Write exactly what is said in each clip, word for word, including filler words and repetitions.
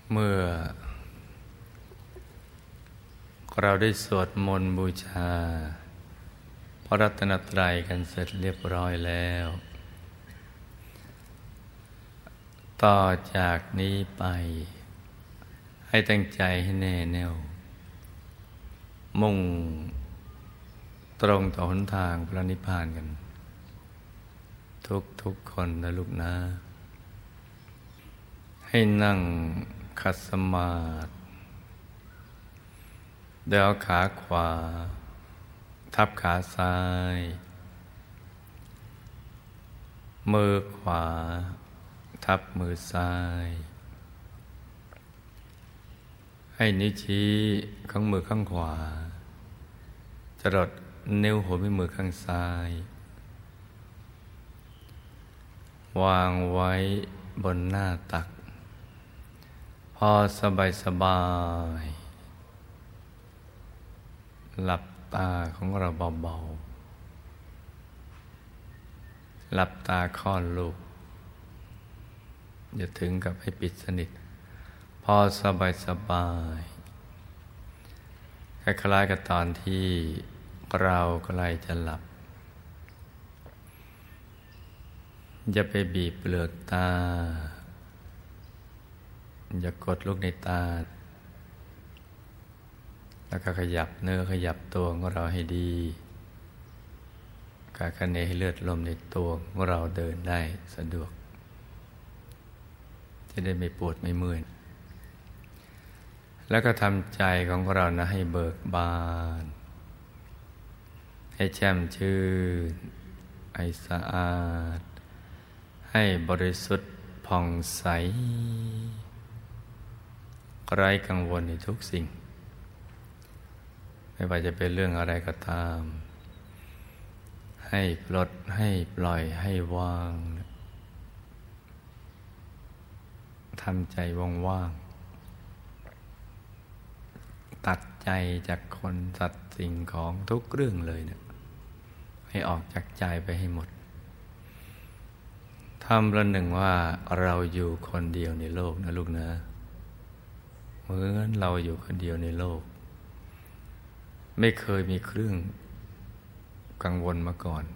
เมื่อเราได้สวดมนต์บูชาพระรัตนตรัยกันเสร็จเรียบร้อยแล้วต่อจากนี้ไปให้ตั้งใจให้แน่แน่วมุ่งตรงต่อหนทางพระนิพพานกันทุกทุกคนนะลูกนะให้นั่งขัดสมาธิโดยเอาขาขวาทับขาซ้ายมือขวาทับมือซ้ายให้นิ้วชี้ข้างมือข้างขวาจรดนิ้วหัวแม่มือข้างซ้ายวางไว้บนหน้าตักพอสบายสบายหลับตาของเราเบาๆหลับตาค่อนลูกอย่าถึงกับให้ปิดสนิทพอสบายสบายคล้ายๆกับตอนที่เราใกล้จะหลับอย่าไปบีบเปลือกตาอย่ากดลูกในตาแล้วก็ขยับเนื้อขยับตัวของเราให้ดีการคะเนให้เลือดลมในตัวของเราเดินได้สะดวกจะได้ไม่ปวดไม่เมื่อยแล้วก็ทำใจของเรานะให้เบิกบานให้แช่มชื่นให้สะอาดให้บริสุทธิ์ผ่องใสไร้กังวลในทุกสิ่งไม่ว่าจะเป็นเรื่องอะไรก็ตามให้ปลดให้ปล่อยให้วางทำใจว่างๆตัดใจจากคนสัตว์สิ่งของทุกเรื่องเลยเนี่ยให้ออกจากใจไปให้หมดทำประหนึ่งว่าเราอยู่คนเดียวในโลกนะลูกนะเหมือนเราอยู่คนเดียวในโลกไม่เคยมีเครื่องกังวลมาก่อน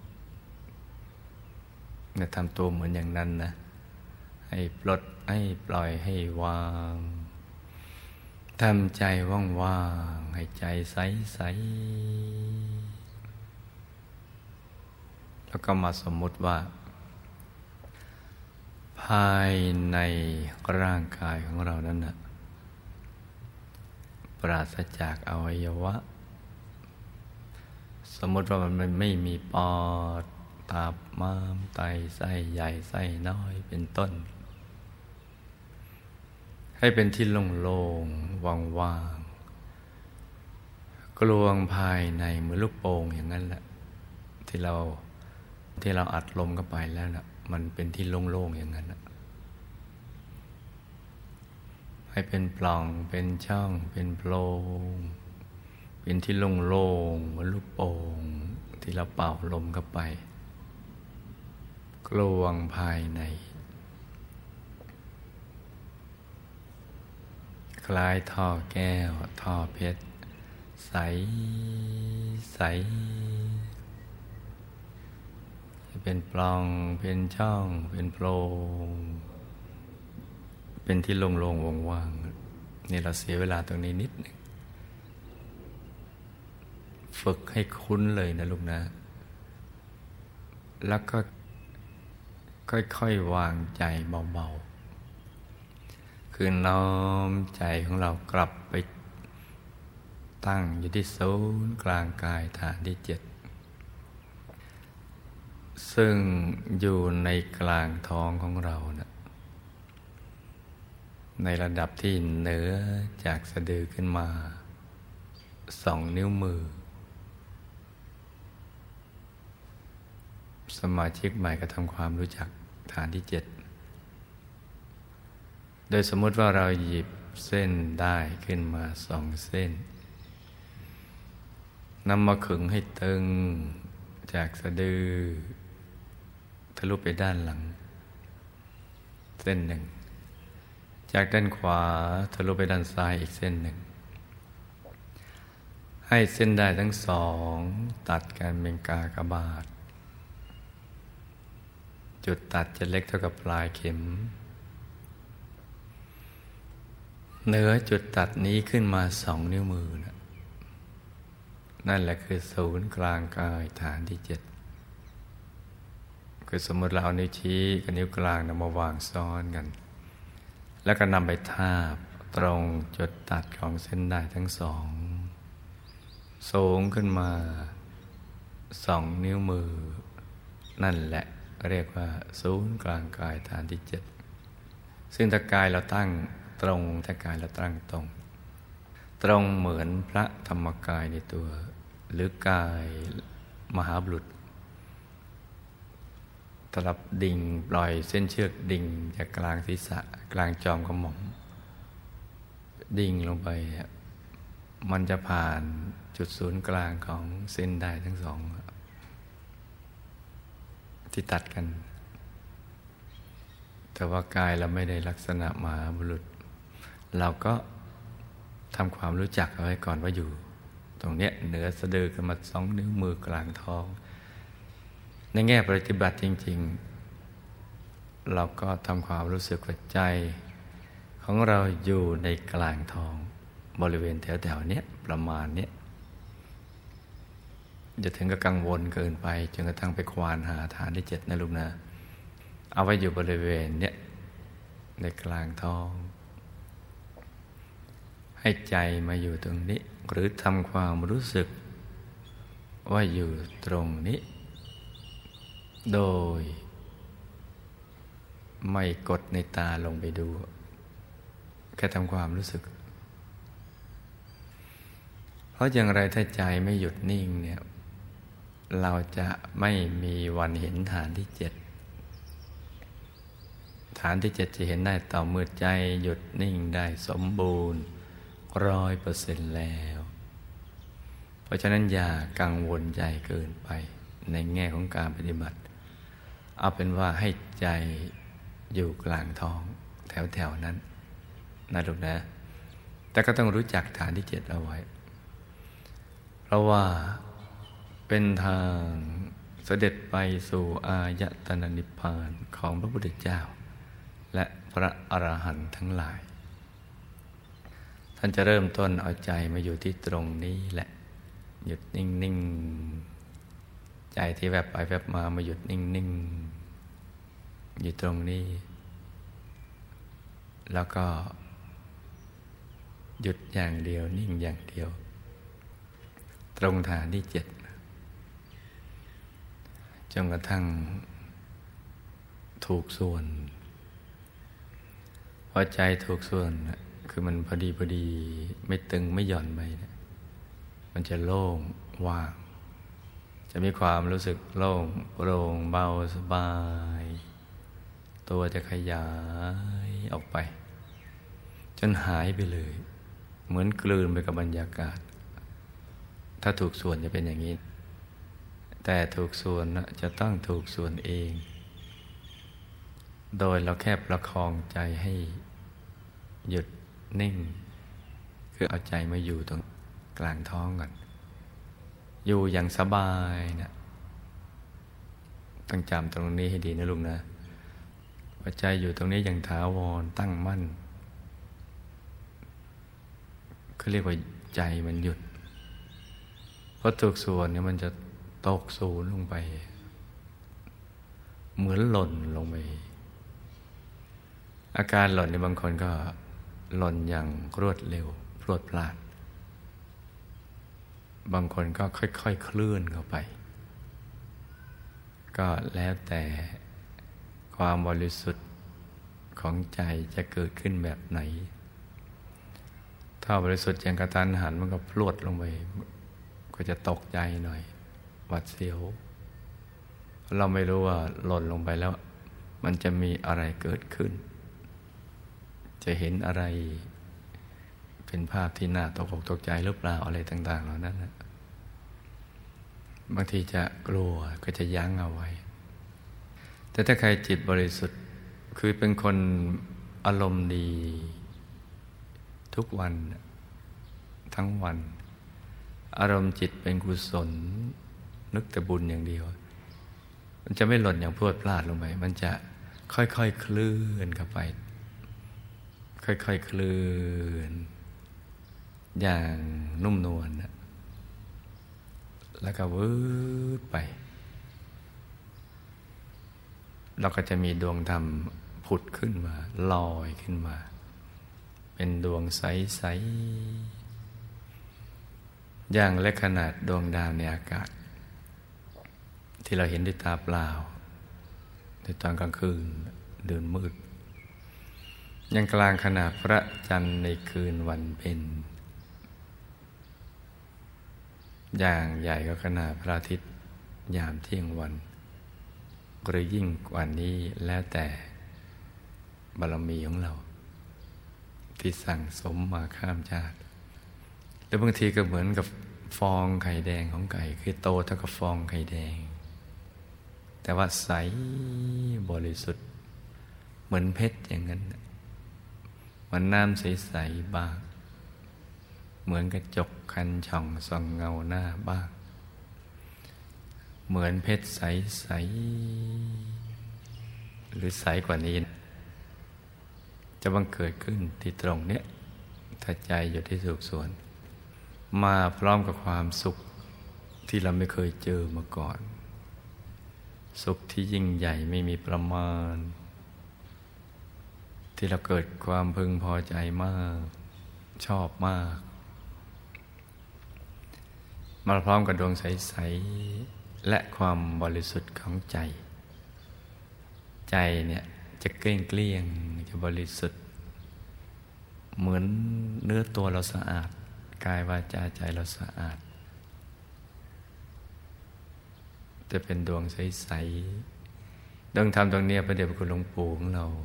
เนี่ยทำตัวเหมือนอย่างนั้นนะให้ปลดให้ปล่อยให้วางทำใจว่างๆให้ใจใสๆแล้วก็มาสมมุติว่าภายในร่างกายของเรานั้นนะปราศจากอวัยวะสมมติว่ามันไม่มีปอดตับม้ามไตไส้ใหญ่ไส้น้อยเป็นต้นให้เป็นที่โล่งๆว่างๆกลวงภายในเหมือนลูกโป่งอย่างนั้นแหละที่เราที่เราอัดลมเข้าไปแล้วนะมันเป็นที่โล่งๆอย่างนั้นนะให้เป็นปล่องเป็นช่องเป็นโพรงเป็นที่โล่งๆเหมือนลูกโป่งที่เราเป่าลมเข้าไปกลวงภายในคล้ายท่อแก้วท่อเพชรใสใสเป็นปล่องเป็นช่องเป็นโพรงเป็นที่โล่งๆว่างๆนี่เราเสียเวลาตรงนี้นิดหนึ่งฝึกให้คุ้นเลยนะลูกนะแล้วก็ค่อยๆวางใจเบาๆคือน้อมใจของเรากลับไปตั้งอยู่ที่ศูนย์กลางกายฐานที่เจ็ดซึ่งอยู่ในกลางท้องของเรานะในระดับที่เหนือจากสะดือขึ้นมาสองนิ้วมือสมาชิกใหม่ก็ทำความรู้จักฐานที่เจ็ดโดยสมมติว่าเราหยิบเส้นได้ขึ้นมาสองเส้นนำมาขึงให้ตึงจากสะดือทะลุไปด้านหลังเส้นหนึ่งจากด้านขวาทะลุไปด้านซ้ายอีกเส้นหนึ่งให้เส้นได้ทั้งสองตัดกันเป็นกากบาทจุดตัดจะเล็กเท่ากับปลายเข็มเหนือจุดตัดนี้ขึ้นมาสองนิ้วมือนะนั่นแหละคือศูนย์กลางกายฐานที่เจ็ดคือสมมติเราเอานิ้วชี้กับนิ้วกลางนำมาวางซ้อนกันแล้วก็นำไปทาบตรงจุดตัดของเส้นได้ทั้งสองสูงขึ้นมาสองนิ้วมือนั่นแหละเรียกว่าศูนย์กลางกายฐานที่เจ็ดซึ่งถ้ากายเราตั้งตรงถ้ากายเราตั้งตรงตรงเหมือนพระธรรมกายในตัวหรือกายมหาบุรุษตลับดิ่งปล่อยเส้นเชือกดิ่งจากกลางศีรษะกลางจอมกระหม่อมดิ่งลงไปมันจะผ่านจุดศูนย์กลางของเส้นได้ทั้งสองที่ตัดกันแต่ว่ากายเราไม่ได้ลักษณะมหาบุรุษเราก็ทำความรู้จักเอาไว้ก่อนว่าอยู่ตรงเนี้ยเหนือสะดือกันมาสองนิ้วมือกลางท้องในแง่ปฏิบัติจริงๆเราก็ทำความรู้สึกว่าใจของเราอยู่ในกลางท้องบริเวณแถวๆเนี้ยประมาณเนี้ยอย่าถึงกับกังวลเกินไปจนกระทั่งไปควานหาฐานที่เจ็ดนะลูกนะเอาไว้อยู่บริเวณเนี้ยในกลางท้องให้ใจมาอยู่ตรงนี้หรือทำความรู้สึกว่าอยู่ตรงนี้โดยไม่กดในตาลงไปดูแค่ทำความรู้สึกเพราะอย่างไรถ้าใจไม่หยุดนิ่งเนี่ยเราจะไม่มีวันเห็นฐานที่เจ็ดฐานที่เจ็ดจะเห็นได้ต่อเมื่อใจหยุดนิ่งได้สมบูรณ์ร้อยเปอร์เซ็นต์แล้วเพราะฉะนั้นอย่ากังวลใจเกินไปในแง่ของการปฏิบัติเอาเป็นว่าให้ใจอยู่กลางท้องแถวๆนั้นนะลูกนะแต่ก็ต้องรู้จักฐานที่เจ็ดเอาไว้เพราะว่าเป็นทางเสด็จไปสู่อายตนะนิพพานของพระพุทธเจ้าและพระอรหันต์ทั้งหลายท่านจะเริ่มต้นเอาใจมาอยู่ที่ตรงนี้แหละหยุดนิ่งๆใจที่แวบไปแวบมามาหยุดนิ่งๆอยู่ตรงนี้แล้วก็หยุดอย่างเดียวนิ่งอย่างเดียวตรงฐานที่เจ็ดจนกระทั่งถูกส่วนพอใจถูกส่วนคือมันพอดีพอดีไม่ตึงไม่หย่อนไปนะมันจะโล่งว่างจะมีความรู้สึกโล่งโปร่งเบาสบายตัวจะขยายออกไปจนหายไปเลยเหมือนกลืนไปกับบรรยากาศถ้าถูกส่วนจะเป็นอย่างนี้แต่ถูกส่วนนะจะต้องถูกส่วนเองโดยเราแค่ประคองใจให้หยุดนิ่งคือเอาใจมาอยู่ตรงกลางท้องก่อนอยู่อย่างสบายนะต้องจำตรงนี้ให้ดีนะลุงนะว่าใจอยู่ตรงนี้อย่างถาวรตั้งมั่นเขาเรียกว่าใจมันหยุดเพราะถูกส่วนเนี่ยมันจะตกศูนย์ลงไปเหมือนหล่นลงไปอาการหล่นในบางคนก็หล่นอย่างรวดเร็วพรวดพลาดบางคนก็ค่อยๆเคลื่อนเข้าไปก็แล้วแต่ความบริสุทธิ์ของใจจะเกิดขึ้นแบบไหนถ้าบริสุทธิ์อย่างกระทันหันมันก็พรวดลงไปก็จะตกใจหน่อยหวาดเสียวเราไม่รู้ว่าหล่นลงไปแล้วมันจะมีอะไรเกิดขึ้นจะเห็นอะไรเป็นภาพที่น่าตกอกตกใจหรือเปล่าอะไรต่างๆเหล่านั้นนะบางทีจะกลัวก็จะยั้งเอาไว้แต่ถ้าใครจิตบริสุทธิ์คือเป็นคนอารมณ์ดีทุกวันทั้งวันอารมณ์จิตเป็นกุศลนึกแต่บุญอย่างเดียวมันจะไม่หล่นอย่างพรวดพลาดลงไปมันจะค่อยๆ ค, เคลื่อนเข้าไปค่อยๆ เคลื่อนอย่างนุ่มนวลแล้วก็วืดไปเราก็จะมีดวงธรรมผุดขึ้นมาลอยขึ้นมาเป็นดวงใสๆอย่างเล็กขนาดดวงดาวในอากาศที่เราเห็นด้วยตาเปล่าในตอนกลางคืนเดือนมืดยังกลางขนาดพระจันทร์ในคืนวันเพ็ญอย่างใหญ่ก็ขนาดพระอาทิตย์ยามเที่ยงวันหรือยิ่งกว่านี้แล้วแต่บารมีของเราที่สั่งสมมาข้ามชาติแล้วบางทีก็เหมือนกับฟองไข่แดงของไก่คือโตเท่ากับฟองไข่แดงแต่ว่าใสบริสุทธิ์เหมือนเพชรอย่างนั้นเหมือนน้ำใสๆบ้างเหมือนกระจกคันช่องส่องเงาหน้าบ้างเหมือนเพชรใสๆหรือใสกว่านี้จะบังเกิดขึ้นที่ตรงเนี้ยถ้าใจอยู่ที่สุขส่วนมาพร้อมกับความสุขที่เราไม่เคยเจอมาก่อนสุขที่ยิ่งใหญ่ไม่มีประมาณที่เราเกิดความพึงพอใจมากชอบมากมาพร้อมกับดวงใสๆและความบริสุทธิ์ของใจใจเนี่ยจะเกลี้ยงเกลี้ยงจะบริสุทธิ์เหมือนเนื้อตัวเราสะอาดกายวาจาใจเราสะอาดจะเป็นดวงใสๆดวงธรรมตรงนี้พระเดชพระคุณหลวงปู่ของเรา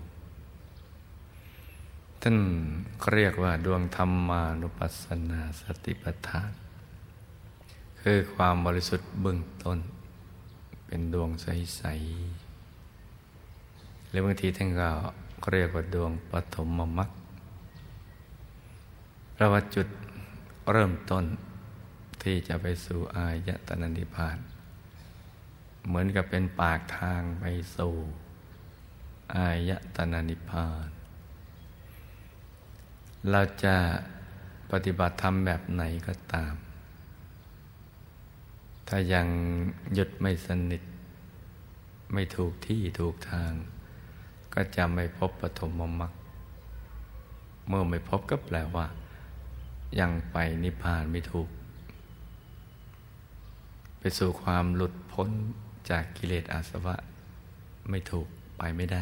ท่านเรียกว่าดวงธรรมานุปัสสนาสติปัฏฐานคือความบริสุทธิ์เบื้องต้นเป็นดวงใสๆหรือบางทีท่านก็เรียกว่าดวงปฐมมรรคเพราะว่าจุดเริ่มต้นที่จะไปสู่อายตนะนิพพานเหมือนกับเป็นปากทางไปสู่อายตนะนิพพานเราจะปฏิบัติธรรมแบบไหนก็ตามถ้ายังหยุดไม่สนิทไม่ถูกที่ถูกทางก็จะไม่พบปฐมมรรคเมื่อไม่พบก็แปลว่ายังไปนิพพานไม่ถูกไปสู่ความหลุดพ้นจากกิเลสอาสวะไม่ถูกไปไม่ได้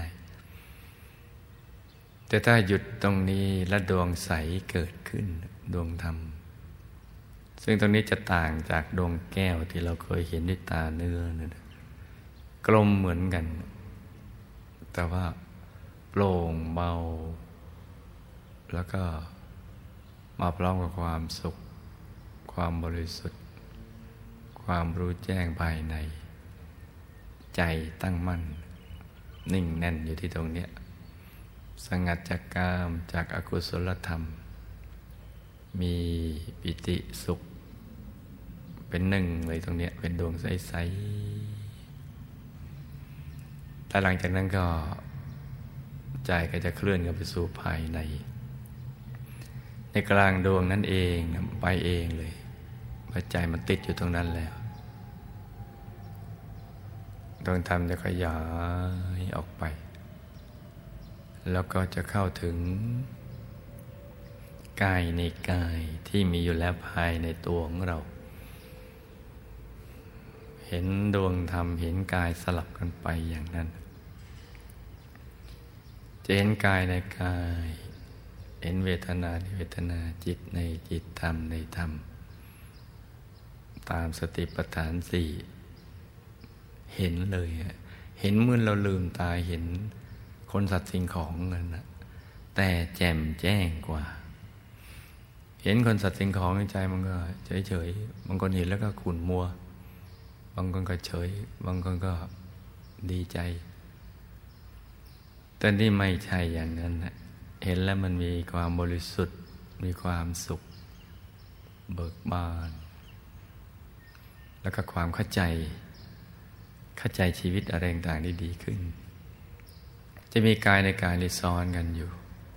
แต่ถ้าหยุดตรงนี้และดวงใสเกิดขึ้นดวงธรรมซึ่งตรงนี้จะต่างจากดวงแก้วที่เราเคยเห็นด้วยตาเนื้อนะกลมเหมือนกันแต่ว่าโปร่งเบาแล้วก็มาพร้อมกับความสุขความบริสุทธิ์ความรู้แจ้งภายในใจตั้งมั่นนิ่งแน่นอยู่ที่ตรงเนี้ยสงัดจากกามจากอกุศลธรรมมีปิติสุขเป็นหนึ่งเลยตรงเนี้ยเป็นดวงใสๆแต่หลังจากนั้นก็ใจก็จะเคลื่อนกันไปสู่ภายในในกลางดวงนั้นเองไปเองเลยเพราะใจมันติดอยู่ตรงนั้นแล้วดวงธรรมจะขยายออกไปแล้วก็จะเข้าถึงกายในกายที่มีอยู่แล้วภายในตัวของเราเห็นดวงธรรมเห็นกายสลับกันไปอย่างนั้นจะเห็นกายในกายเห็นเวทนาในเวทนาจิตในจิตธรรมในธรรมตามสติปัฏฐานสี่เห็นเลยเห็นเมื่อเราลืมตาเห็นคนสัตว์สิ่งของนั่นนะแต่แจ่มแจ้งกว่าเห็นคนสัตว์สิ่งของในใจมันก็เฉยๆบางคนเห็นแล้วก็ขุ่นมัวบางคนก็เฉยบางคนก็ดีใจแต่นี่ไม่ใช่อย่างนั้นนะเห็นแล้วมันมีความบริสุทธิ์มีความสุขเบิกบานแล้วก็ความเข้าใจเข้าใจชีวิตอะไรต่างๆได้ดีขึ้นจะมีกายในกายที่ซ้อนกันอยู่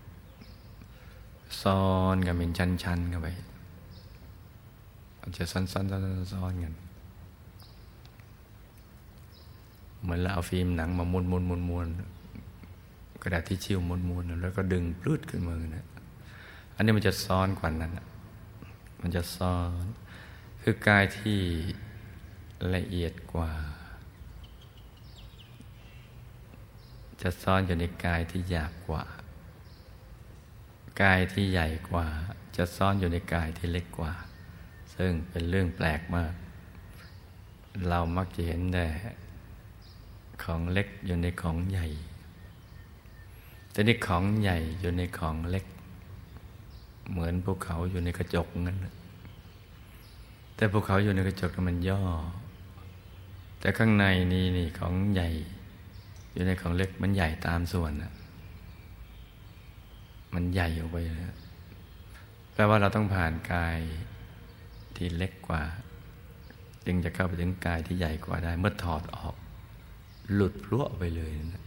ซ้อนกันเป็นชั้นๆกันไปมันจะซ้อนๆซ้อนๆกันเหมือนเราเอาฟิล์มหนังมาม้วนๆๆๆกระดาษที่ชิ่วม้วนๆแล้วก็ดึงปลื้ดขึ้นมานะอันนี้มันจะซ้อนกว่านั้นมันจะซ้อนคือกายที่ละเอียดกว่าจะซ้อนอยู่ในกายที่หยาบกว่ากายที่ใหญ่กว่าจะซ้อนอยู่ในกายที่เล็กกว่าซึ่งเป็นเรื่องแปลกมากเรามักจะเห็นแต่ของเล็กอยู่ในของใหญ่แต่นี่ของใหญ่อยู่ในของเล็กเหมือนภูเขาอยู่ในกระจกงั้นแต่ภูเขาอยู่ในกระจกมันย่อแต่ข้างในนี่นี่ของใหญ่อยู่ในของเล็กมันใหญ่ตามส่วนนะมันใหญ่ออกไปเลยแปลว่าเราต้องผ่านกายที่เล็กกว่าจึงจะเข้าไปถึงกายที่ใหญ่กว่าได้เมื่อถอดออกหลุดพลั่วไปเลยนะ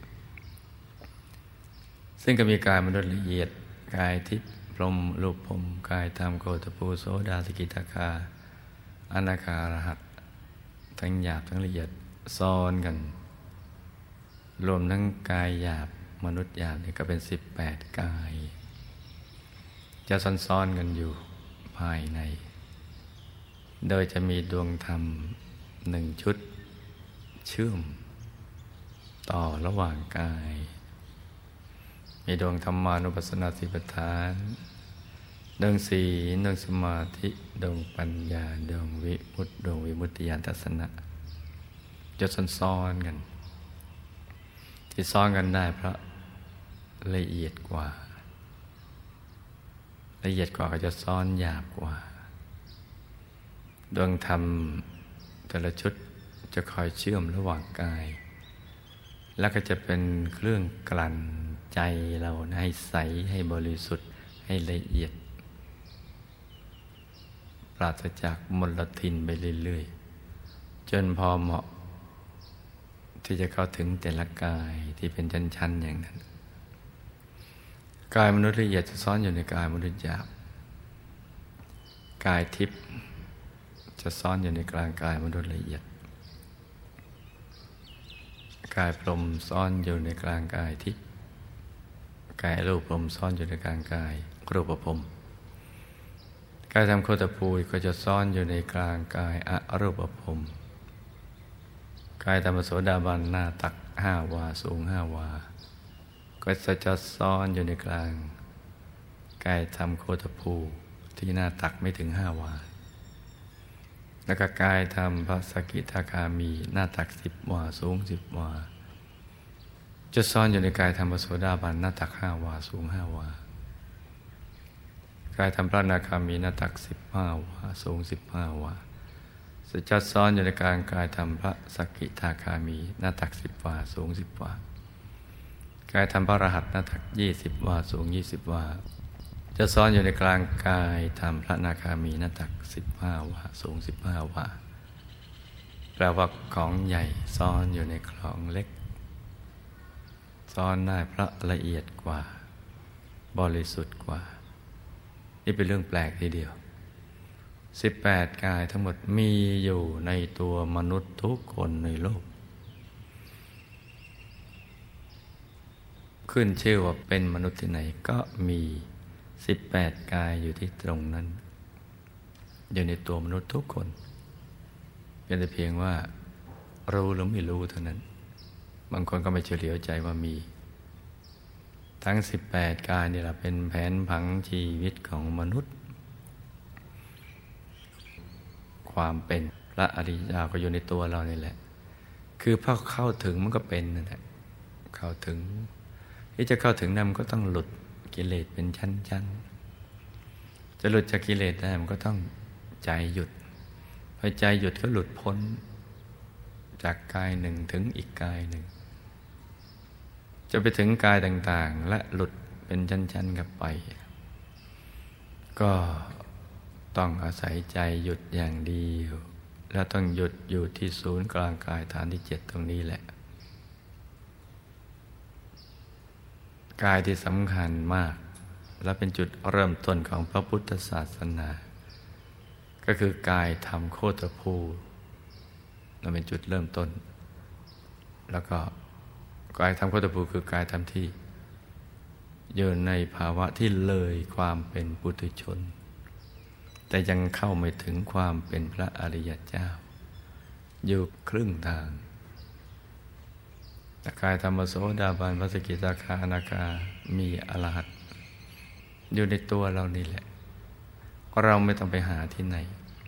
ซึ่งก็มีกายมนุษย์ละเอียดกายทิพย์พรหมรูปพรหมกายธรรมโคตภูโสดาสกิทาคาอนาคาอรหัตทั้งหยาบทั้งละเอียดซ้อนกันรวมทั้งกายหยาบมนุษย์หยาบนี่ก็เป็นสิบแปดกายจะซ้อนๆกันอยู่ภายในโดยจะมีดวงธรรมหนึ่งชุดเชื่อมต่อระหว่างกายมีดวงธรรมานุปัสสนาสิปฐานดวงศีลดวงสมาธิดวงปัญญาดวงวิมุตติดวงวิมุตติญาณทัศนะจะซ้อนๆกันที่ซ้อนกันได้เพราะละเอียดกว่าละเอียดกว่าก็จะซ้อนหยาบกว่าดวงธรรมแต่ละชุดจะคอยเชื่อมระหว่างกายแล้วก็จะเป็นเครื่องกลั่นใจเราให้ใสให้บริสุทธิ์ให้ละเอียดปราศจากมลทินไปเรื่อยๆจนพอเหมาะที่จะเข้าถึงแต่ละกายที่เป็นชั้นๆอย่างนั้นกายมนุษย์ละเอียดจะซ้อนอยู่ในกายมนุษย์หยาบกายทิพย์จะซ้อนอยู่ในกลางกายมนุษย์ละเอียดกายพรหมซ้อนอยู่ในกลางกายทิพย์กายรูปพรหมซ้อนอยู่ในกลางกายรูปพรหมกายธรรมโคตภูก็จะซ้อนอยู่ในกลางกายอรูปพรหมกายธรรมโสดาบันหน้าตักห้าวาสูงห้าวาก็จะซ้อนอยู่ในกลางกายธรรมโคตภูที่หน้าตักไม่ถึงห้าวาแล้วก็กายธรรมพระสกิทาคามีหน้าตักสิบวาสูงสิบวาจะซ้อนอยู่ในกายธรรมพระโสดาบันหน้าตักห้าวาสูงห้าวากายธรรมพระอนาคามีหน้าตักสิบห้าวาสูงสิบห้าวาจะซ้อนอยู่ในกลางกายธรรมพระสกิทาคามีหน้าตักสิบวาสูงสิบวากายธรรมพระอรหันต์หน้าตักยี่สิบวาสูงยี่สิบวาจะซ้อนอยู่ในกลางกายธรรมพระอนาคามีหน้าตักสิบห้าวาสูงสิบห้าวาแปลว่าของใหญ่ซ้อนอยู่ในของเล็กซ้อนได้เพราะละเอียดกว่าบริสุทธิ์กว่านี่เป็นเรื่องแปลกทีเดียวสิบแปดกายทั้งหมดมีอยู่ในตัวมนุษย์ทุกคนในโลกขึ้นชื่อว่าเป็นมนุษย์ที่ไหนก็มีสิบแปดกายอยู่ที่ตรงนั้นอยู่ในตัวมนุษย์ทุกคนเป็นแต่เพียงว่ารู้หรือไม่รู้เท่านั้นบางคนก็ไม่เฉลียวใจว่ามีทั้งสิบแปดกายนี่แหละเป็นแผนผังชีวิตของมนุษย์ความเป็นพระอริยเจ้าก็อยู่ในตัวเรานี่แหละคือพอเข้าถึงมันก็เป็นนั่นแหละเข้าถึงที่จะเข้าถึงนั้นมันก็ต้องหลุดกิเลสเป็นชั้นๆจะหลุดจากกิเลสได้มันก็ต้องใจหยุดพอใจหยุดก็หลุดพ้นจากกายหนึ่งถึงอีกกายหนึ่งจะไปถึงกายต่างๆและหลุดไปเป็นชั้นๆกันไปก็ต้องอาศัยใจหยุดอย่างเดียวแล้วต้องหยุดอยู่ที่ศูนย์กลางกายฐานที่เจ็ดตรงนี้แหละกายที่สำคัญมากและเป็นจุดเริ่มต้นของพระพุทธศาสนาก็คือกายธรรมโคตรภูนั่นเป็นจุดเริ่มต้นแล้วก็กายธรรมโคตรภูคือกายธรรมที่อยู่ในภาวะที่เลยความเป็นปุถุชนแต่ยังเข้าไม่ถึงความเป็นพระอริยเจ้าอยู่ครึ่งทางกายธรรมโสดาบันพระสกิทาคาอนาคามีอรหัตอยู่ในตัวเรานี่แหละเราไม่ต้องไปหาที่ไหน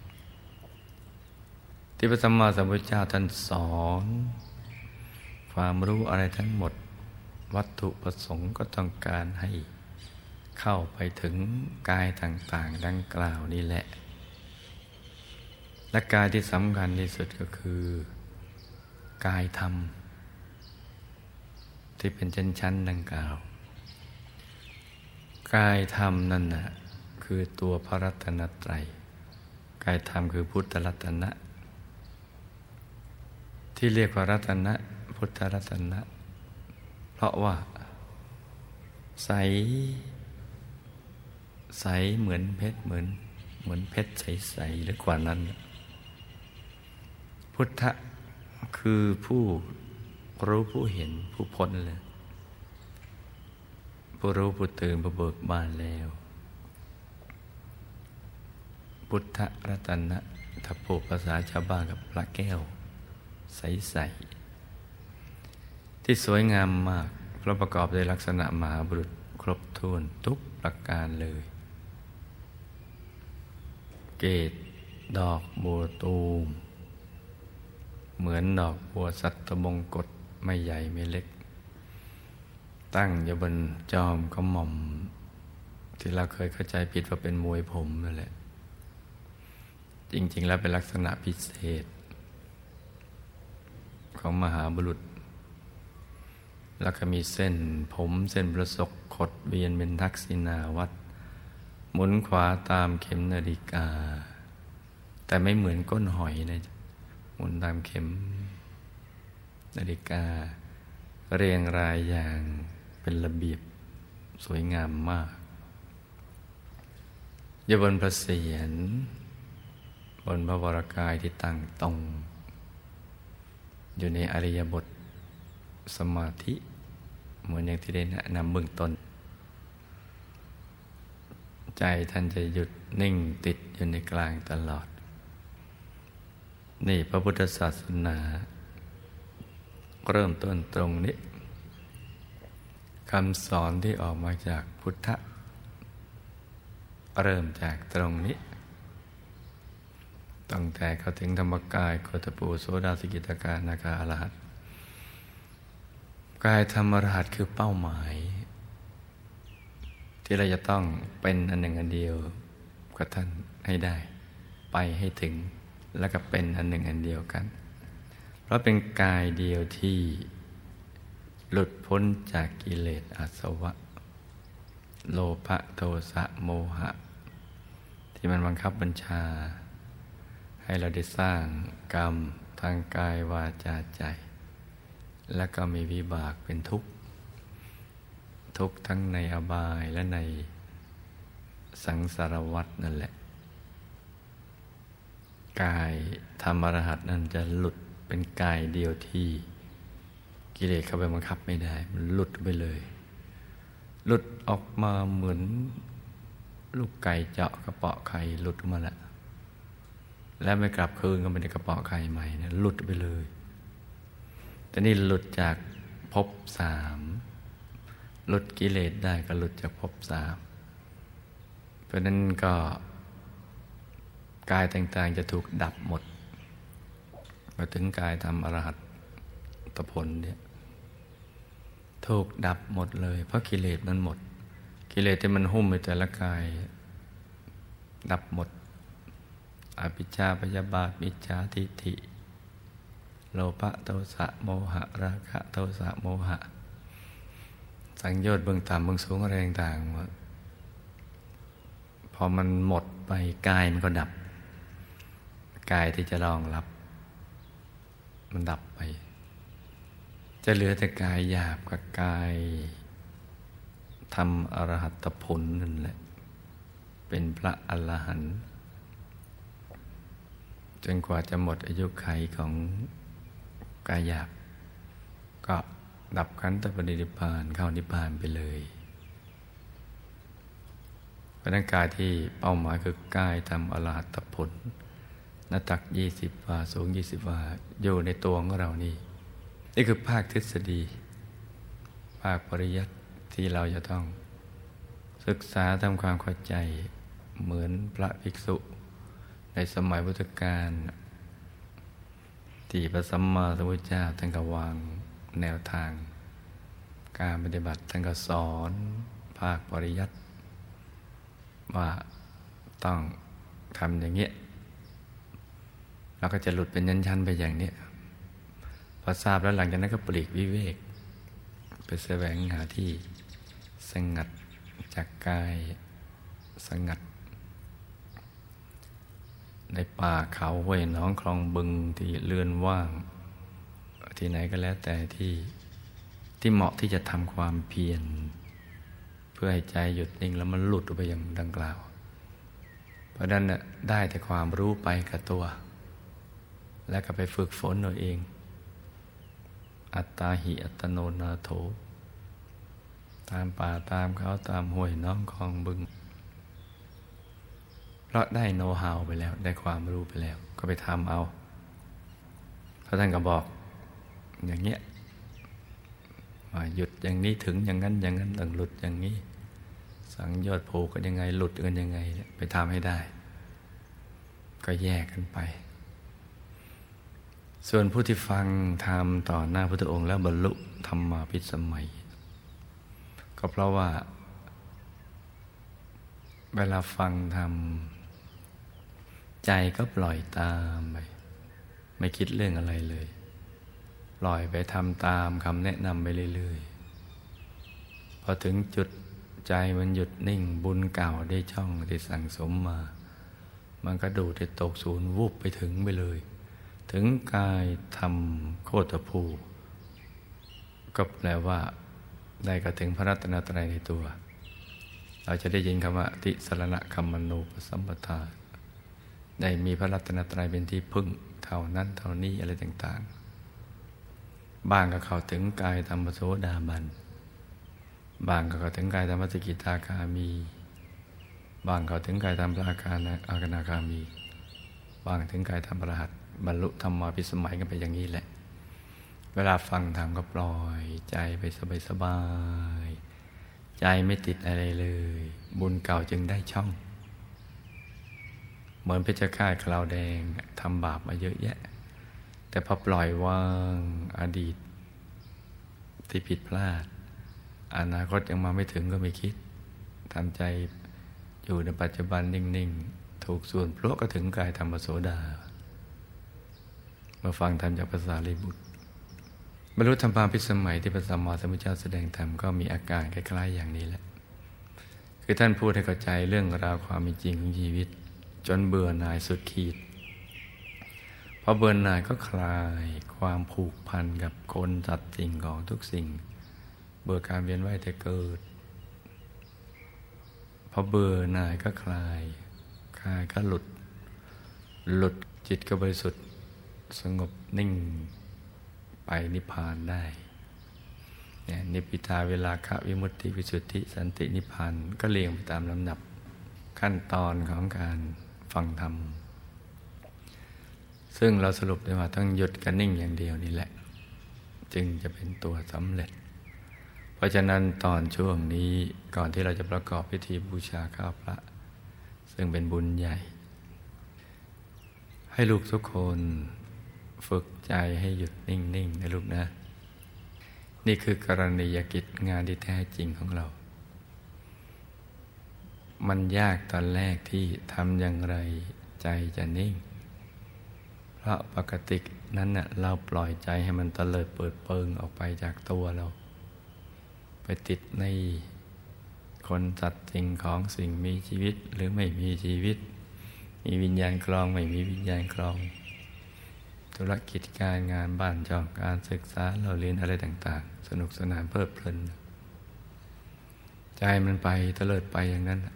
ที่พระสัมมาสัมพุทธเจ้าท่านสอนความรู้อะไรทั้งหมดวัตถุประสงค์ก็ต้องการให้เข้าไปถึงกายต่างๆดังกล่าวนี่แหละและกายที่สำคัญที่สุดก็คือกายธรรมที่เป็นชั้นๆดังกล่าวกายธรรมนั่นน่ะคือตัวพระรัตนตรัยกายธรรมคือพุทธรัตนะที่เรียกว่ารัตนะพุทธรัตนะเพราะว่าใสใสเหมือนเพชรเหมือนเหมือนเพชรใสๆหรือกว่านั้นพุทธะคือผู้รู้ผู้เห็นผู้พ้นเลยผู้รู้ผู้ตื่นผู้เบิกบานแล้วพุทธรัตนะถ้าพูดภาษาชาวบ้านกับพระแก้วใสๆที่สวยงามมากเพราะประกอบด้วยลักษณะมหาบุรุษครบถ้วนทุกประการเลยเกศดอกบัวตูมเหมือนดอกบัวสัตมงกฎไม่ใหญ่ไม่เล็กตั้งอยู่บนจอมกระหม่อมที่เราเคยเข้าใจผิดว่าเป็นมวยผมนั่นแหละจริงๆแล้วเป็นลักษณะพิเศษของมหาบุรุษแล้วก็มีเส้นผมเส้นประศกขดเวียนเป็นทักษิณาวัตรหมุนขวาตามเข็มนาฬิกาแต่ไม่เหมือนก้นหอยนะหมุนตามเข็มนาฬิกาเรียงรายอย่างเป็นระเบียบสวยงามมากอยู่บนพระเศียรบนพระวรกายที่ตั้งตรงอยู่ในอริยบทสมาธิเหมือนอย่างที่ได้แนะนำเบื้องต้นใจท่านจะหยุดนิ่งติดอยู่ในกลางตลอดนี่พระพุทธศาสนาเริ่มต้นตรงนี้คำสอนที่ออกมาจากพุทธะเริ่มจากตรงนี้ตั้งแต่เข้าถึงธรรมกายโคตปูโสดาสกิทาคาอนาคาอรหัตกายธรรมอรหัตคือเป้าหมายที่เราจะต้องเป็นอันหนึ่งอันเดียวกับท่านให้ได้ไปให้ถึงแล้วก็เป็นอันหนึ่งอันเดียวกันเพราะเป็นกายเดียวที่หลุดพ้นจากกิเลสอาสวะโลภะโทสะโมหะที่มันบังคับบัญชาให้เราได้สร้างกรรมทางกายวาจาใจและก็มีวิบากเป็นทุกข์ทุกข์ทั้งในอบายและในสังสารวัฏนั่นแหละกายธรรมอรหัตนั่นจะหลุดเป็นกายเดียวที่กิเลสเข้าไปบังคับไม่ได้มันหลุดไปเลยหลุดออกมาเหมือนลูกไก่เจาะกระเปาะไข่หลุดออกมาแล้วแล้วไม่กลับคืนก็ไม่ได้กระเปาะไข่ใหม่นะหลุดไปเลยแต่นี่หลุดจากภพสามหลุดกิเลสได้ก็หลุดจากภพสามเพราะนั้นก็กายต่างๆจะถูกดับหมดมาถึงกายธรรมอรหัตผลเนี่ยถูกดับหมดเลยเพราะกิเลสมันหมดกิเลสที่มันหุ้มในแต่ละกายดับหมดอภิชฌาพยาบาทมิจฉาทิฏฐิโลภะโทสะโมหะราคะโทสะโมหะสังโยชน์เบื้องต่ำเบื้องสูงอะไรต่างๆพอมันหมดไปกายมันก็ดับกายที่จะรองรับมันดับไปจะเหลือแต่กายหยาบกับกายทำอรหัตผลนั่นแหละเป็นพระอรหันต์จนกว่าจะหมดอายุขัยของกายหยาบก็ดับขันธปรินิพพานเข้านิพพานไปเลยเพราะนั้นกายที่เป้าหมายคือกายทำอรหัตผลหน้าตักยี่สิบวาสูงยี่สิบวาอยู่ในตัวของเรานี่นี่คือภาคทฤษฎีภาคปริยัติที่เราจะต้องศึกษาทำความเข้าใจเหมือนพระภิกษุในสมัยพุทธกาลที่พระสัมมาสัมพุทธเจ้าท่านก็วางแนวทางการปฏิบัติท่านก็สอนภาคปริยัติว่าต้องทำอย่างเงี้ยเราก็จะหลุดเป็นชั้นๆไปอย่างนี้พอทราบแล้วหลังจากนั้นก็ปลีกวิเวกไปแสวงหาที่สงัดจากกายสงัดในป่าเขาห้วยหนองคลองบึงที่เรือนว่างที่ไหนก็แล้วแต่ที่ที่เหมาะที่จะทำความเพียรเพื่อให้ใจหยุดนิ่งแล้วมันหลุดออกไปอย่างดังกล่าวเพราะนั้นได้แต่ความรู้ไปกับตัวแล้วก็ไปฝึกฝนตัวเองอัตตาหิอัตโนนาโถตามป่าตามเขาตามห้วยน้องคลองบึงเพราะได้โน้ตฮาวไปแล้วได้ความรู้ไปแล้วก็ไปทำเอาพระท่านก็บอกอย่างเงี้ยว่าหยุดอย่างนี้ถึงอย่างนั้นอย่างนั้นต้องหลุดอย่างนี้สังโยชน์ผูกกันยังไงหลุดกันยังไงไปทำให้ได้ก็แยกกันไปส่วนผู้ที่ฟังธรรมต่อหน้าพระพุทธองค์แล้วบรรลุธรรมาภิสมัยก็เพราะว่าเวลาฟังธรรมใจก็ปล่อยตามไปไม่คิดเรื่องอะไรเลยปล่อยไปทำตามคำแนะนำไปเรื่อยๆพอถึงจุดใจมันหยุดนิ่งบุญเก่าได้ช่องที่สั่งสมมามันก็ดูดให้ตกศูนย์วูบไปถึงไปเลยถึงกายทำโคตรภูก็แปลว่าได้ก็ถึงพระรัตนตรัยในตัวเราจะได้ยินคำว่าติสรณคัมมโนปสัมปทาได้มีพระรัตนตรัยเป็นที่พึ่งเท่านั้นเท่านี้อะไรต่างๆบางก็เข้าถึงกายธรรมโสดาบันบางก็เข้าถึงกายธรรมสกิทาคามีบางเข้าถึงกายธรรมพระอาการอาคานาคามีบางถึงกายธรรมพระอรหันต์บรรลุธรรมาภิสมัยกันไปอย่างนี้แหละเวลาฟังธรรมก็ปล่อยใจไปสบายๆใจไม่ติดอะไรเลยบุญเก่าจึงได้ช่องเหมือนเพชฌฆาตคราวแดงทำบาปมาเยอะแยะแต่พอปล่อยวางอดีตที่ผิดพลาดอนาคตยังมาไม่ถึงก็ไม่คิดทำใจอยู่ในปัจจุบันนิ่งๆถูกส่วนเพราะก็ถึงกายธรรมโสดาเมื่อฟังธรรมจากภาษาลีบุตรบรรลุธรรมาภิสมัยที่พระสัมมาสัมพุทธเจ้าแสดงธรรมก็มีอาการคล้ายๆอย่างนี้แหละคือท่านพูดให้เข้าใจเรื่องราวความเป็นจริงของชีวิตจนเบื่อหน่ายสุดขีดพอเบื่อหน่ายก็คลายความผูกพันกับคนสัตว์สิ่งของทุกสิ่งเบื่อการเวียนว่ายแต่เกิดพอเบื่อหน่ายก็คลายคลายก็หลุดหลุดจิตก็บริสุทธิ์สงบนิ่งไปนิพพานได้เนี่ยนิพพิทาเวลาคะวิมุตติวิสุทธิสันตินิพพานก็เรียงไปตามลำดับขั้นตอนของการฟังธรรมซึ่งเราสรุปได้ว่าต้องหยุดกันนิ่งอย่างเดียวนี่แหละจึงจะเป็นตัวสำเร็จเพราะฉะนั้นตอนช่วงนี้ก่อนที่เราจะประกอบพิธีบูชาข้าวพระซึ่งเป็นบุญใหญ่ให้ลูกทุกคนฝึกใจให้หยุดนิ่งๆนะลูกนะนี่คือกรณียกิจงานที่แท้จริงของเรามันยากตอนแรกที่ทำอย่างไรใจจะนิ่งเพราะปกตินั้นน่ะเราปล่อยใจให้มันเตลิดเปิดเปิงออกไปจากตัวเราไปติดในคนสัตว์สิ่งของสิ่งมีชีวิตหรือไม่มีชีวิตมีวิญญาณครองไม่มีวิญญาณครองธุรกิจการงานบ้านช่องการศึกษาเราเรียนอะไรต่างๆสนุกสนานเพลิดเพลินใจมันไปเตลิดไปอย่างนั้น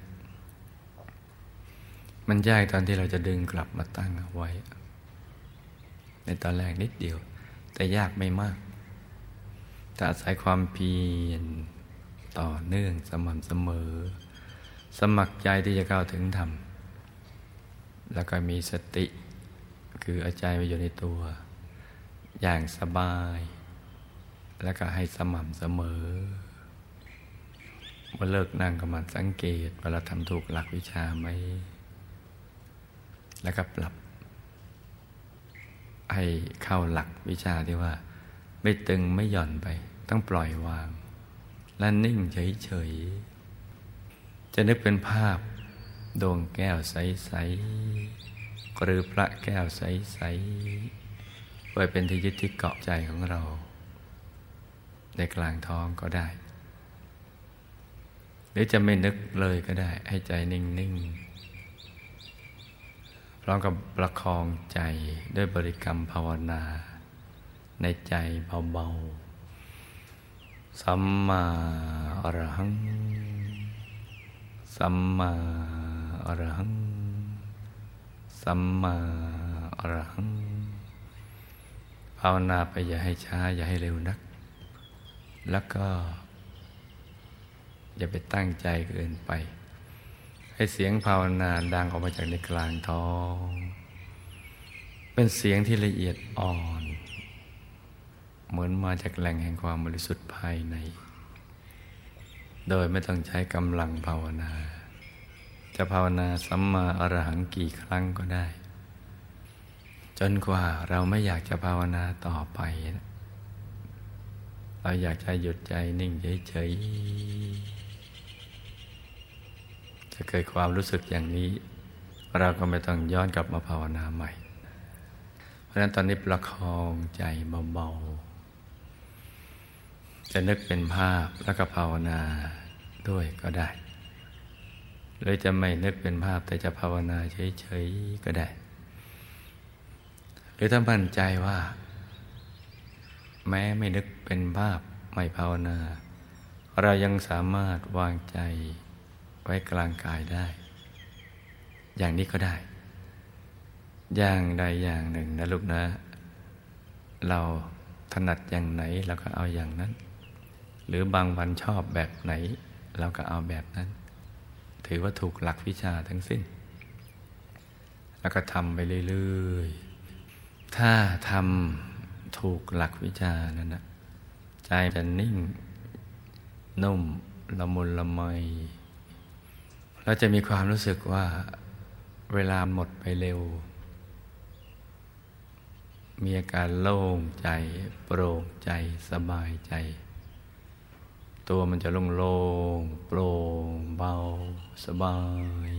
มันยากตอนที่เราจะดึงกลับมาตั้งเอาไว้ในตอนแรกนิดเดียวแต่ยากไม่มากแต่อาศัยความเพียรต่อเนื่องสม่ำเสมอสมัครใจที่จะเข้าถึงธรรมแล้วก็มีสติคือเอาใจไปอยู่ในตัวอย่างสบายแล้วก็ให้สม่ำเสมอเมื่อเลิกนั่งก็มันสังเกตว่าเราทำถูกหลักวิชาไหมแล้วก็ปรับให้เข้าหลักวิชาที่ว่าไม่ตึงไม่หย่อนไปต้องปล่อยวางและนิ่งเฉยๆจะนึกเป็นภาพดวงแก้วใสๆหรือพระแก้วใสๆไว้เป็นที่ยึดที่เกาะใจของเราในกลางท้องก็ได้หรือจะไม่นึกเลยก็ได้ให้ใจนิ่งๆพร้อมกับประคองใจด้วยบริกรรมภาวนาในใจเบาๆสัมมาอรหังสัมมาอรหังสัมมาอรหังภาวนาไปอย่าให้ช้าอย่าให้เร็วนักแล้วก็อย่าไปตั้งใจเกินไปให้เสียงภาวนาดังออกมาจากในกลางท้องเป็นเสียงที่ละเอียดอ่อนเหมือนมาจากแหล่งแห่งความบริสุทธิ์ภายในโดยไม่ต้องใช้กำลังภาวนาจะภาวนาสัมมาอรหังกี่ครั้งก็ได้จนกว่าเราไม่อยากจะภาวนาต่อไปเราอยากจะหยุดใจนิ่งเฉยๆจะเกิดความรู้สึกอย่างนี้เราก็ไม่ต้องย้อนกลับมาภาวนาใหม่เพราะฉะนั้นตอนนี้ประคองใจเบาๆจะนึกเป็นภาพแล้วก็ภาวนาด้วยก็ได้หรือจะไม่นึกเป็นภาพแต่จะภาวนาเฉยๆก็ได้หรือถ้ามั่นใจว่าแม้ไม่นึกเป็นภาพไม่ภาวนาเรายังสามารถวางใจไว้กลางกายได้อย่างนี้ก็ได้อย่างใดอย่างหนึ่งนะลูกนะเราถนัดอย่างไหนเราก็เอาอย่างนั้นหรือบางวันชอบแบบไหนเราก็เอาแบบนั้นถือว่าถูกหลักวิชาทั้งสิ้นแล้วก็ทำไปเรื่อยๆถ้าทำถูกหลักวิชานั้นนะใจจะนิ่งนุ่มละมุนละไมเราจะมีความรู้สึกว่าเวลาหมดไปเร็วมีอาการโล่งใจโปร่งใจสบายใจตัวมันจะโล่งๆโปร่งเบาสบาย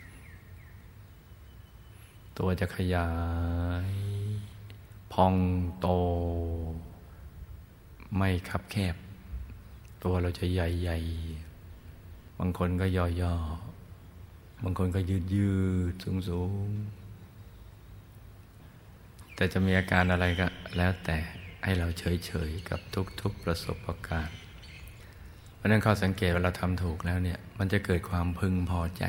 ตัวจะขยายพองโตไม่คับแคบตัวเราจะใหญ่ๆบางคนก็ย่อๆบางคนก็ยืดๆสูงๆแต่จะมีอาการอะไรก็แล้วแต่ให้เราเฉยๆกับทุกๆประสบการณ์เพราะนั้นข้อสังเกตว่าเราทำถูกแล้วเนี่ยมันจะเกิดความพึงพอใจ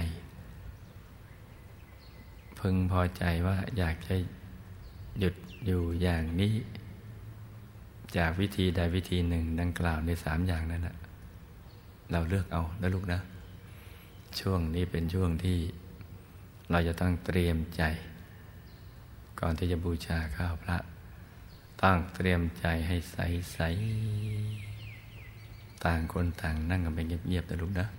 พึงพอใจว่าอยากจะหยุดอยู่อย่างนี้จากวิธีใดวิธีหนึ่งดังกล่าวในสามอย่างนั้นนะเราเลือกเอานะลูกนะช่วงนี้เป็นช่วงที่เราจะต้องเตรียมใจก่อนที่จะบูชาข้าวพระต้องเตรียมใจให้ใสๆต่างคนต่างนั่งกันไปเงียบๆนะลูกนะ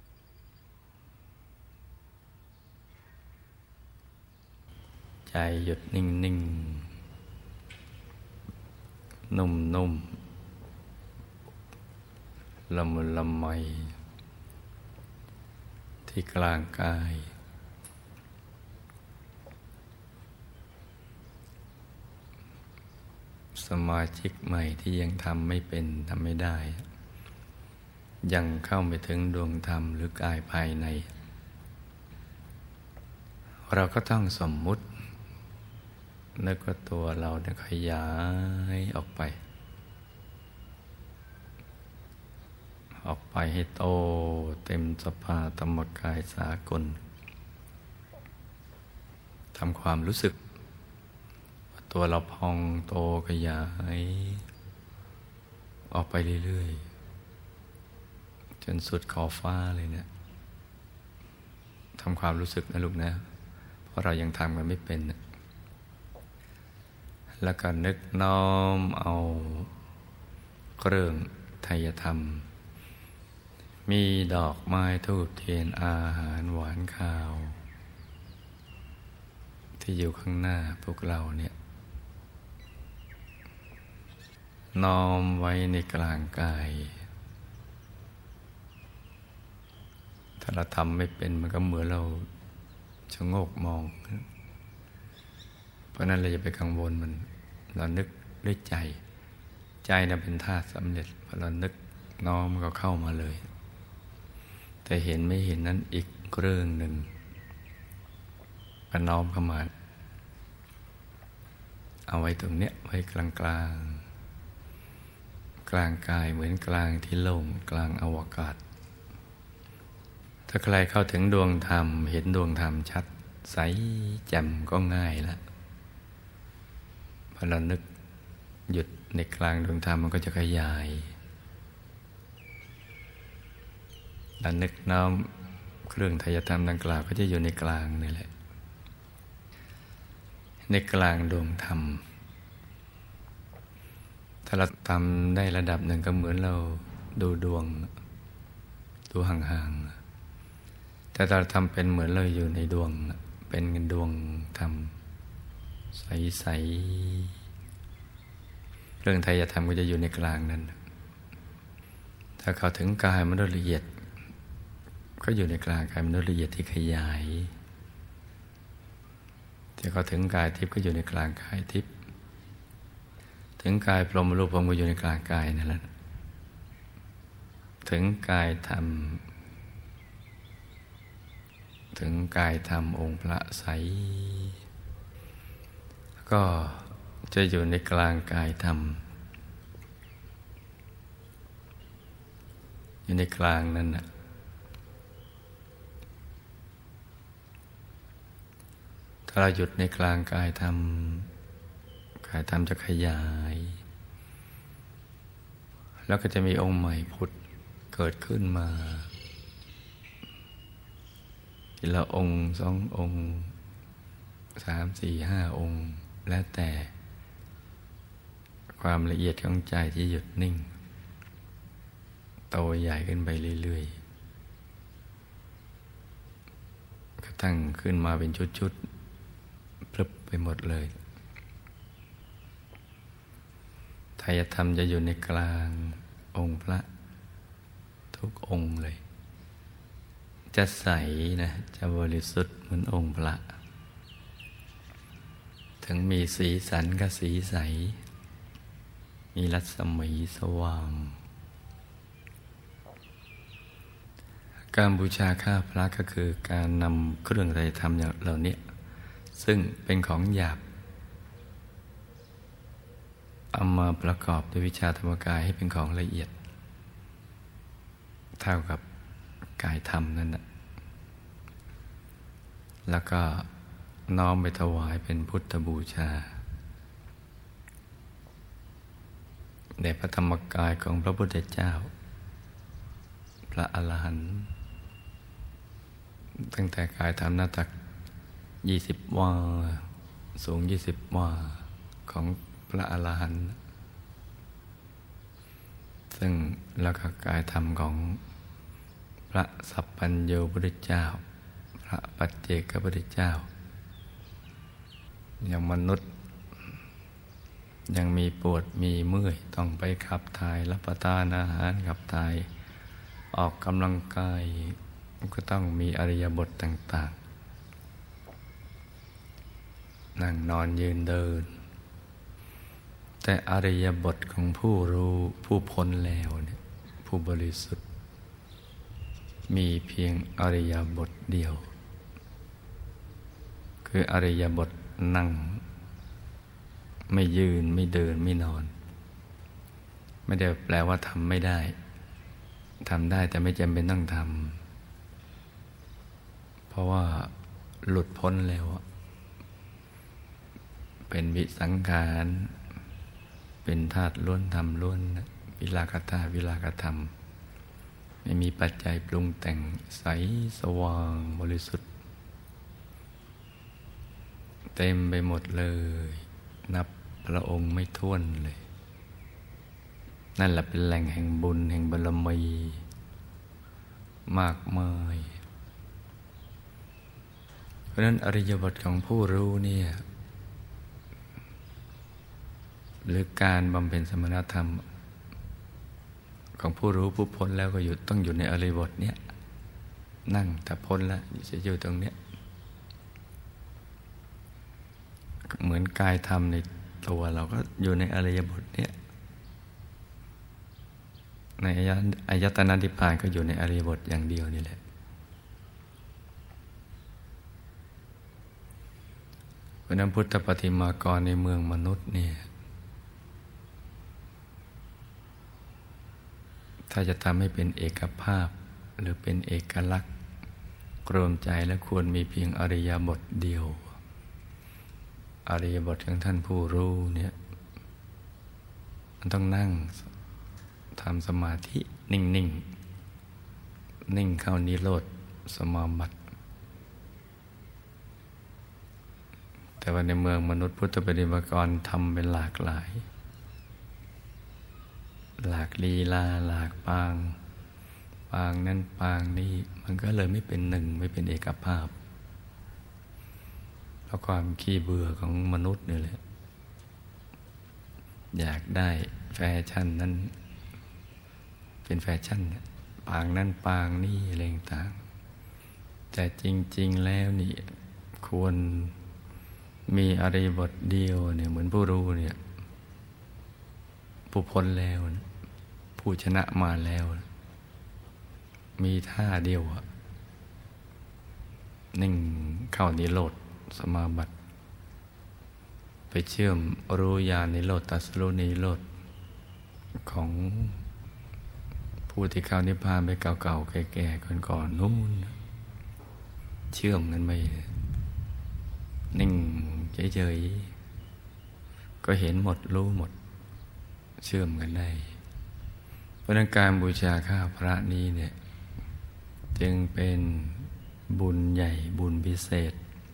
ใจหยุดนิ่งๆนุ่มๆละมุนละไมที่กลางกายสมาชิกใหม่ที่ยังทำไม่เป็นทำไม่ได้ยังเข้าไม่ถึงดวงธรรมหรือกายภายในเราก็ต้องสมมุตินึกว่าตัวเราเนี่ยขยายออกไปออกไปให้โตเต็มสภาธรรมกายสากลทำความรู้สึกว่าตัวเราพองโตขยายออกไปเรื่อยๆจนสุดขอบฟ้าเลยเนี่ยทำความรู้สึกนะลูกนะเพราะเรายังทำกันไม่เป็นนะแล้วก็นึกน้อมเอาเครื่องไทยธรรมมีดอกไม้ธูปเทียนอาหารหวานข้าวที่อยู่ข้างหน้าพวกเราเนี่ยน้อมไว้ในกลางกายถ้าเราทำไม่เป็นมันก็เหมือนเราชะโงกมองเพราะนั้นเราอย่าไปกังวลมันเรานึกด้วยใจใจน่ะเป็นธาตุสำเร็จพอเรานึกน้อมมันก็เข้ามาเลยแต่เห็นไม่เห็นนั้นอีกเรื่องหนึ่งก็น้อมเข้ามาเอาไว้ตรงเนี้ยไว้กลางกลางกลางกายเหมือนกลางที่โล่งกลางอวกาศถ้าใครเข้าถึงดวงธรรมเห็นดวงธรรมชัดใสแจ่มก็ง่ายแล้วพอเรานึกหยุดในกลางดวงธรรมมันก็จะขยายเรานึกน้อมเครื่องไทยธรรมดังกล่าวก็จะอยู่ในกลางนี่แหละในกลางดวงธรรมถ้าเราทำได้ระดับหนึ่งก็เหมือนเราดูดวงดูห่างๆแต่เราทำเป็นเหมือนเราอยู่ในดวงเป็นดวงธรรมใสๆเรื่องไทยธรรมก็จะอยู่ในกลางนั้นถ้าเข้าถึงกายมนุษย์ละเอียดก็อยู่ในกลางกายมนุษย์ละเอียดที่ขยายถ้าเข้าถึงกายทิพย์ก็อยู่ในกลางกายทิพย์ถึงกายพรหมรูปพรหมก็อยู่ในกลางกายนั่นแหละถึงกายธรรมถึงกายธรรมองค์พระใสก็จะอยู่ในกลางกายธรรมอยู่ในกลางนั้นน่ะถ้าเราหยุดในกลางกายธรรมกายธรรมจะขยายแล้วก็จะมีองค์ใหม่ผุดเกิดขึ้นมาทีละองค์สององค์สามสี่ห้าองค์แล้วแต่ความละเอียดของใจที่หยุดนิ่งโตใหญ่ขึ้นไปเรื่อยๆก็ตั้งขึ้นมาเป็นชุดๆพลึบไปหมดเลยไทยธรรมจะอยู่ในกลางองค์พระทุกองค์เลยจะใสนะจะบริสุทธิ์เหมือนองค์พระถึงมีสีสันก็สีใสมีรัศมีสว่างการบูชาข้าพระก็คือการนำเครื่องไตรธรรมเหล่านี้ซึ่งเป็นของหยาบเอามาประกอบด้วยวิชาธรรมกายให้เป็นของละเอียดเท่ากับกายธรรมนั่นแหละแล้วก็น้อมไปถวายเป็นพุทธบูชาแด่พระธรรมกายของพระพุทธเจ้าพระอรหันต์ตั้งแต่กายธรรมหน้าตักยี่สิบวาสูงยี่สิบวาของพระอรหันต์ซึ่งแล้วก็กายธรรมของพระสัพพัญโญพุทธเจ้าพระปัจเจกพุทธเจ้าอย่างมนุษย์ยังมีปวดมีเมื่อยต้องไปขับถ่ายรับประทานอาหารขับถ่ายออกกำลังกายก็ต้องมีอริยบทต่างๆนั่งนอนยืนเดินแต่อริยบทของผู้รู้ผู้พ้นแล้วเนี่ยผู้บริสุทธิ์มีเพียงอริยบทเดียวคืออริยบทนั่งไม่ยืนไม่เดินไม่นอนไม่ได้แปลว่าทำไม่ได้ทำได้แต่ไม่จำเป็นต้องทำเพราะว่าหลุดพ้นแล้วเป็นวิสังขารเป็นธาตุล้วนธรรมล้วนวิรากธาตุวิรากธรรมไม่มีปัจจัยปรุงแต่งใสสว่างบริสุทธิ์เต็มไปหมดเลยนับพระองค์ไม่ถ้วนเลยนั่นแหละเป็นแหล่งแห่งบุญแห่งบารมีมากมายเพราะนั้นอริยบทของผู้รู้เนี่ยหรือการบำเพ็ญสมณธรรมของผู้รู้ผู้พ้นแล้วก็อยู่ต้องอยู่ในอริยบทเนี้ยนั่งแต่พ้นแล้วจะอยู่ตรงเนี้ยเหมือนกายธรรมในตัวเราก็อยู่ในอริยบทเนี้ยในอายตนะนิพพานก็อยู่ในอริยบทอย่างเดียวนี่แหละเพราะนั้นพุทธปฏิมากรในเมืองมนุษย์เนี่ยถ้าจะทำให้เป็นเอกภาพหรือเป็นเอกลักษณ์รวมใจและควรมีเพียงอริยบทเดียวอริยบทของท่านผู้รู้เนี่ยมันต้องนั่งทำสมาธินิ่งๆ นิ่งนิ่งเข้านิโรธสมาบัติแต่ว่าในเมืองมนุษย์พุทธปฏิมากรทำเป็นหลากหลายหลากลีลาหลากปางปางนั้นปางนี้มันก็เลยไม่เป็นหนึ่งไม่เป็นเอกภาพเพราะความขี้เบื่อของมนุษย์นี่แหละอยากได้แฟชั่นนั้นเป็นแฟชั่นปางนั้นปางนี้อะไรต่างแต่จริงๆแล้วนี่ควรมีอริยบทเดียวเนี่ยเหมือนผู้รู้เนี่ยผู้พ้นแล้วผู้ชนะมาแล้วมีท่าเดียวนิ่งเข้านิโรธสมาบัติไปเชื่อมรู้ญาณนิโรธตรัสรู้นิโรธของผู้ที่เข้านิพพานไปเก่าๆแก่ๆก่อนๆนู้นเชื่อมกันไปนิ่งเฉยๆก็เห็นหมดรู้หมดเชื่อมกันได้เพราะนั้นการบูชาข้าพระนี้เนี่ยจึงเป็นบุญใหญ่บุญพิเศษ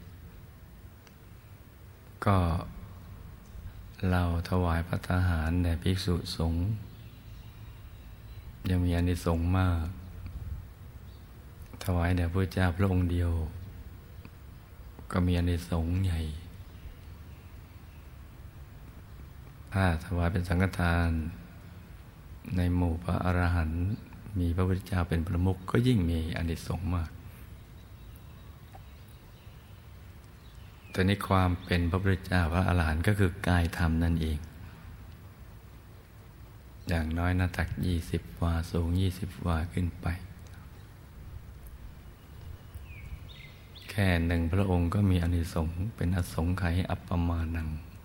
ก็เราถวายภัตตาหารแด่ภิกษุสงฆ์ยังมีอานิสงส์มากถวายแด่พระเจ้าพระองค์เดียวก็มีอานิสงส์ใหญ่ถ้าถวายเป็นสังฆทานในหมู่พระอรหันต์มีพระพุทธเจ้าเป็นประมุขก็ยิ่งมีอานิสงส์มากแต่ในความเป็นพระพุทธเจ้าพระอรหันต์ก็คือกายธรรมนั่นเองอย่างน้อยหน้าตักยี่สิบวาสูงยี่สิบวาขึ้นไปแค่หนึ่งพระองค์ก็มีอานิสงส์เป็นอสงไขยอัปปมานัง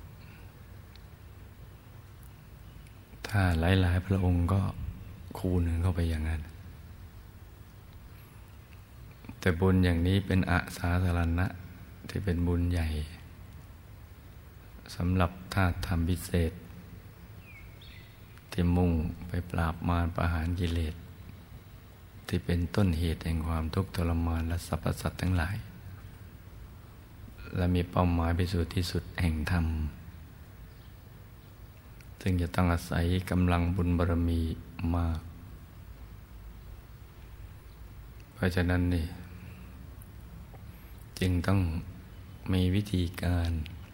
ถ้าหลายๆพระองค์ก็คูณเข้าไปอย่างนั้นแต่บุญอย่างนี้เป็นอสาธารณะที่เป็นบุญใหญ่สำหรับธาตุธรรมพิเศษที่มุ่งไปปราบมารประหารกิเลสที่เป็นต้นเหตุแห่งความทุกข์ทรมานและสรรพสัตว์ทั้งหลายและมีเป้าหมายไปสู่ที่สุดแห่งธรรมซึ่งจะต้องอาศัยกำลังบุญบารมีมากเพราะฉะนั้นนี่จึงต้องมีวิธีการ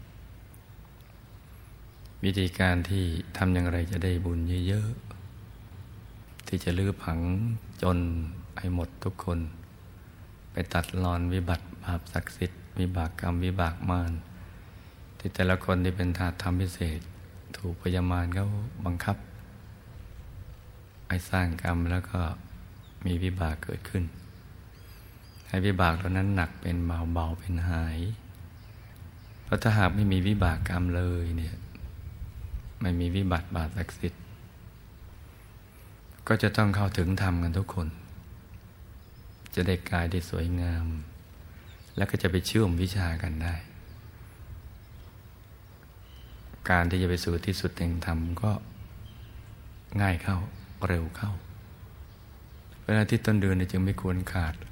วิธีการที่ทำอย่างไรจะได้บุญเยอะๆที่จะลื้อผังจนให้หมดทุกคนไปตัดรอนวิบัติบาปศักดิ์สิทธิ์วิบากกรรมวิบากมารที่แต่ละคนที่เป็นธาตุธรรมพิเศษถูกพยามารเขาบังคับให้สร้างกรรมแล้วก็มีวิบากเกิดขึ้นให้วิบากเหล่านั้นหนักเป็นเบาเบาเป็นหายเพราะถ้าหากไม่มีวิบากกรรมเลยเนี่ยไม่มีวิบัติบาปศักดิ์สิทธิ์ก็จะต้องเข้าถึงธรรมกันทุกคนจะได้กายได้สวยงามแล้วก็จะไปเชื่อมวิชากันได้การที่จะไปสู่ที่สุดแห่งธรรมก็ง่ายเข้าเร็วเข้าเวลาที่ต้นเดือนจึงไม่ควรขาด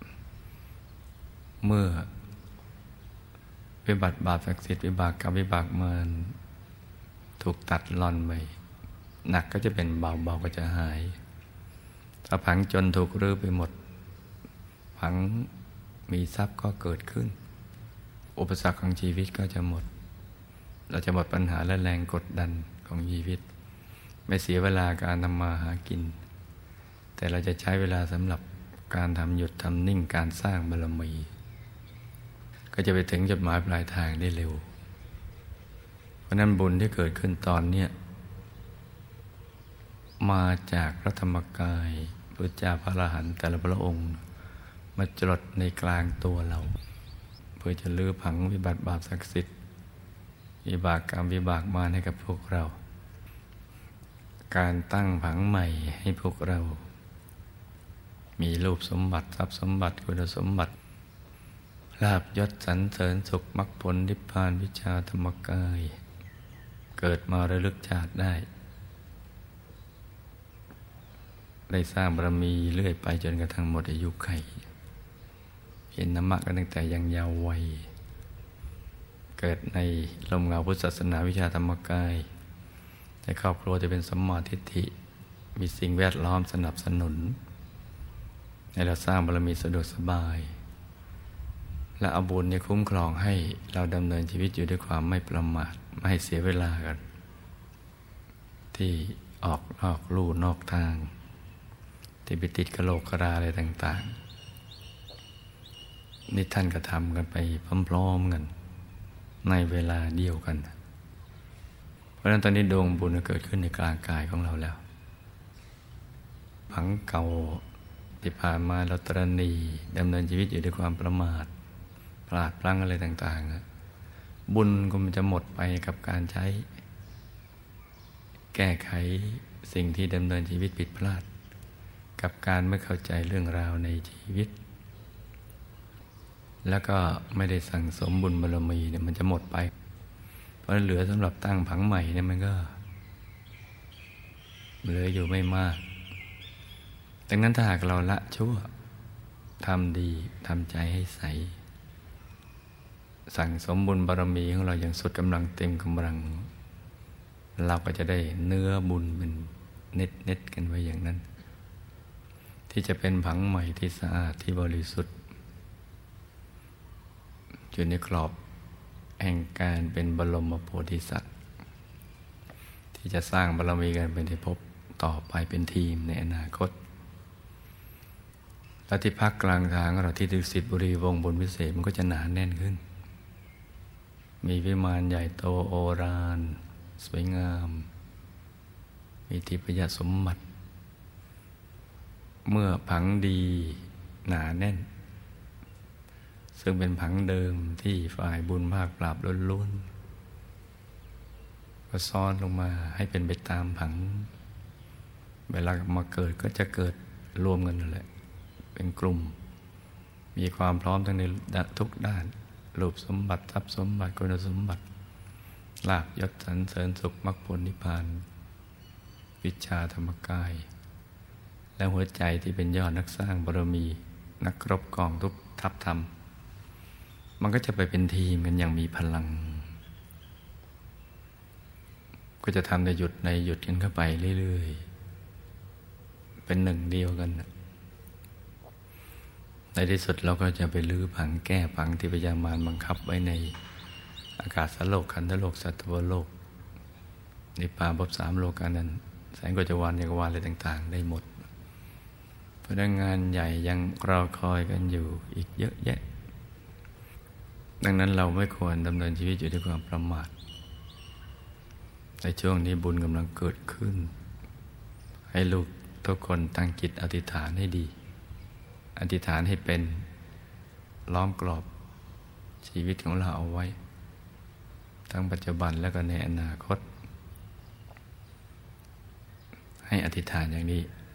เมื่อวิบัติบาปศักดิ์สิทธิ์วิบากกรรมวิบากมารถูกตัดล่อนไปหนักก็จะเป็นเบาเบาก็จะหายถ้าผังจนถูกรื้อไปหมดผังมีทรัพย์ก็เกิดขึ้นอุปสรรคของชีวิตก็จะหมดเราจะหมดปัญหาและแรงกดดันของชีวิตไม่เสียเวลาการทำมาหากินแต่เราจะใช้เวลาสำหรับการทำหยุดทำนิ่งการสร้างบารมีก็จะไปถึงจุดหมายปลายทางได้เร็วเพราะนั้นบุญที่เกิดขึ้นตอนนี้มาจากพระธรรมกายพระเจ้าพระอรหันต์แต่ละพระองค์มาจดในกลางตัวเราเพื่อจะลื้อผังวิบัติบาปศักดิ์สิทธิ์วิบากกรรมวิบากมารให้กับพวกเราการตั้งผังใหม่ให้พวกเรามีรูปสมบัติทรัพย์สมบัติคุณสมบัติลาภยศสรรเสริญสุขมรรคผลนิพพานวิชาธรรมกายเกิดมาระลึกชาติได้ได้สร้างบารมีเรื่อยไปจนกระทั่งหมดอายุไขเห็นธรรมะกันตั้งแต่ยังเยาว์วัยเกิดในลมเงาพุทธศาสนาวิชาธรรมกายในครอบครัวจะเป็นสัมมาทิฏฐิมีสิ่งแวดล้อมสนับสนุนให้เราสร้างบารมีสะดวกสบายและเอาบุญเนี่ยคุ้มครองให้เราดำเนินชีวิตอยู่ด้วยความไม่ประมาทไม่ให้เสียเวลากันที่ออกนอกลู่นอกทางที่ไปติดกะโหลกกะลาอะไรต่างๆนี่ท่านก็ทำกันไปพร้อมๆกันในเวลาเดียวกันเพราะฉะนั้นตอนนี้ดวงบุญเกิดขึ้นในกลางกายของเราแล้วผังเก่าที่ผ่านมาเราตระหนี่ดำเนินชีวิตอยู่ด้วยความประมาทพลาดพลั้งอะไรต่างๆบุญก็มันจะหมดไปกับการใช้แก้ไขสิ่งที่ดำเนินชีวิตผิดพลาดกับการไม่เข้าใจเรื่องราวในชีวิตแล้วก็ไม่ได้สั่งสมบุญบารมีเนี่ยมันจะหมดไปเพราะเหลือสำหรับตั้งผังใหม่เนี่ยมันก็เหลืออยู่ไม่มากดังนั้นถ้าหากเราละชั่วทำดีทำใจให้ใสสั่งสมบุญบารมีของเราอย่างสุดกำลังเต็มกำลังเราก็จะได้เนื้อบุญเป็นเน็ตเน็ตกันไว้อย่างนั้นที่จะเป็นผังใหม่ที่สะอาดที่บริสุทธิ์อยู่ในกรอบแห่งการเป็นบรมโพธิสัตว์ที่จะสร้างบารมีกันเป็นที่พบต่อไปเป็นทีมในอนาคตและที่พักกลางทางเราที่ดุสิตบุรีวงศ์บุญวิเศษมันก็จะหนาแน่นขึ้นมีวิมานใหญ่โตโอฬารสวยงามมีทิพยสมบัติเมื่อผังดีหนาแน่นซึ่งเป็นผังเดิมที่ฝ่ายบุญภาคปราบล้วนๆก็ซ้อนลงมาให้เป็นไปตามผังเวลามาเกิดก็จะเกิดรวมกันนั่นแหละเป็นกลุ่มมีความพร้อมทั้งในทุกด้านรูปสมบัติทรัพย์สมบัติคุณสมบัติลาภยศสรรเสริญสุขมรรคผลนิพพานวิชาธรรมกายและหัวใจที่เป็นยอดนักสร้างบารมีนักรบกองทุกทัพธรรมมันก็จะไปเป็นทีมกันอย่างมีพลังก็จะทำในหยุดในหยุดกันเข้าไปเรื่อยๆเป็นหนึ่งเดียวกันในที่สุดเราก็จะไปลื้อผังแก้ผังที่พยามารบังคับไว้ในอากาศสโลกขันธโลกสัตวโลกนิพพานภพสามโลกานั้นแสงโกจวาลจักรวาลอะไรต่างๆได้หมดเพราะงานใหญ่ยังรอคอยกันอยู่อีกเยอะแยะดังนั้นเราไม่ควรดำเนินชีวิตอยู่ด้วยความประมาทในช่วงนี้บุญกำลังเกิดขึ้นให้ลูกทุกคนตั้งจิตอธิษฐานให้ดีอธิษฐานให้เป็นล้อมกรอบชีวิตของเราเอาไว้ทั้งปัจจุบันและก็ในอนาคตให้อธิษฐานอย่างนี้